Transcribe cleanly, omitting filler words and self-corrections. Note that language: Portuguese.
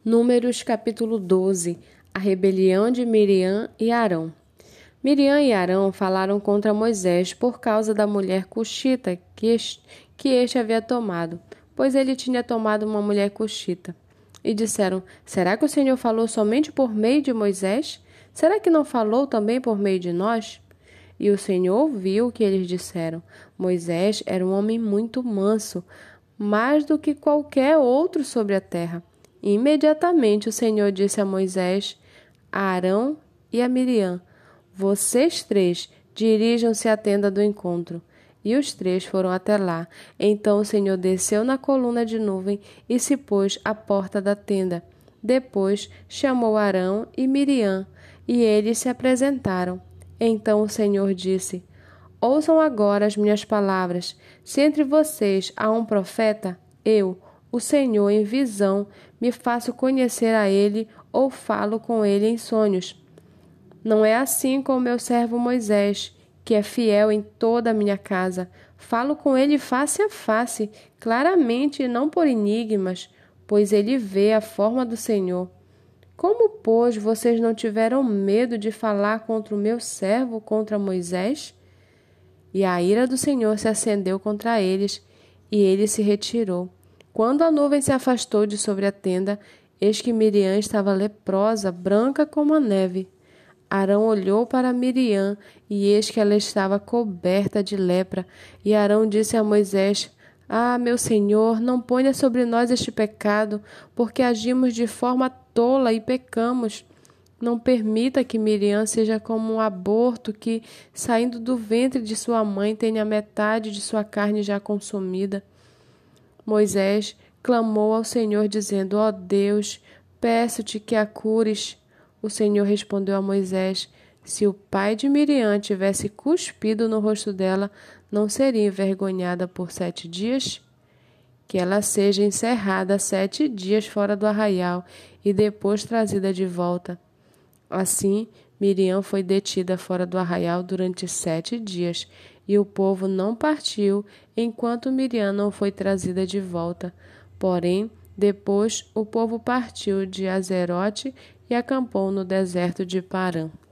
Números capítulo 12. A rebelião de Miriam e Arão. Miriam e Arão falaram contra Moisés por causa da mulher cuxita que este havia tomado, pois ele tinha tomado uma mulher cuxita. E disseram: Será que o Senhor falou somente por meio de Moisés? Será que não falou também por meio de nós? E o Senhor ouviu o que eles disseram. Moisés era um homem muito manso, mais do que qualquer outro sobre a terra. E imediatamente o Senhor disse a Moisés, a Arão e a Miriam: Vocês três dirijam-se à tenda do encontro. E os três foram até lá. Então o Senhor desceu na coluna de nuvem e se pôs à porta da tenda. Depois chamou Arão e Miriam, e eles se apresentaram. Então o Senhor disse: Ouçam agora as minhas palavras. Se entre vocês há um profeta, eu, o Senhor, em visão, me faço conhecer a ele ou falo com ele em sonhos. Não é assim com o meu servo Moisés, que é fiel em toda a minha casa. Falo com ele face a face, claramente e não por enigmas, pois ele vê a forma do Senhor. Como, pois, vocês não tiveram medo de falar contra o meu servo, contra Moisés? E a ira do Senhor se acendeu contra eles, e ele se retirou. Quando a nuvem se afastou de sobre a tenda, eis que Miriam estava leprosa, branca como a neve. Arão olhou para Miriam, e eis que ela estava coberta de lepra. E Arão disse a Moisés: Ah, meu Senhor, não ponha sobre nós este pecado, porque agimos de forma tola e pecamos. Não permita que Miriam seja como um aborto que, saindo do ventre de sua mãe, tenha metade de sua carne já consumida. Moisés clamou ao Senhor, dizendo: Ó Deus, peço-te que a cures. O Senhor respondeu a Moisés: Se o pai de Miriam tivesse cuspido no rosto dela, não seria envergonhada por 7 dias? Que ela seja encerrada 7 dias fora do arraial e depois trazida de volta. Assim, Miriam foi detida fora do arraial durante 7 dias, e o povo não partiu enquanto Miriam não foi trazida de volta. Porém, depois o povo partiu de Azerote e acampou no deserto de Parã.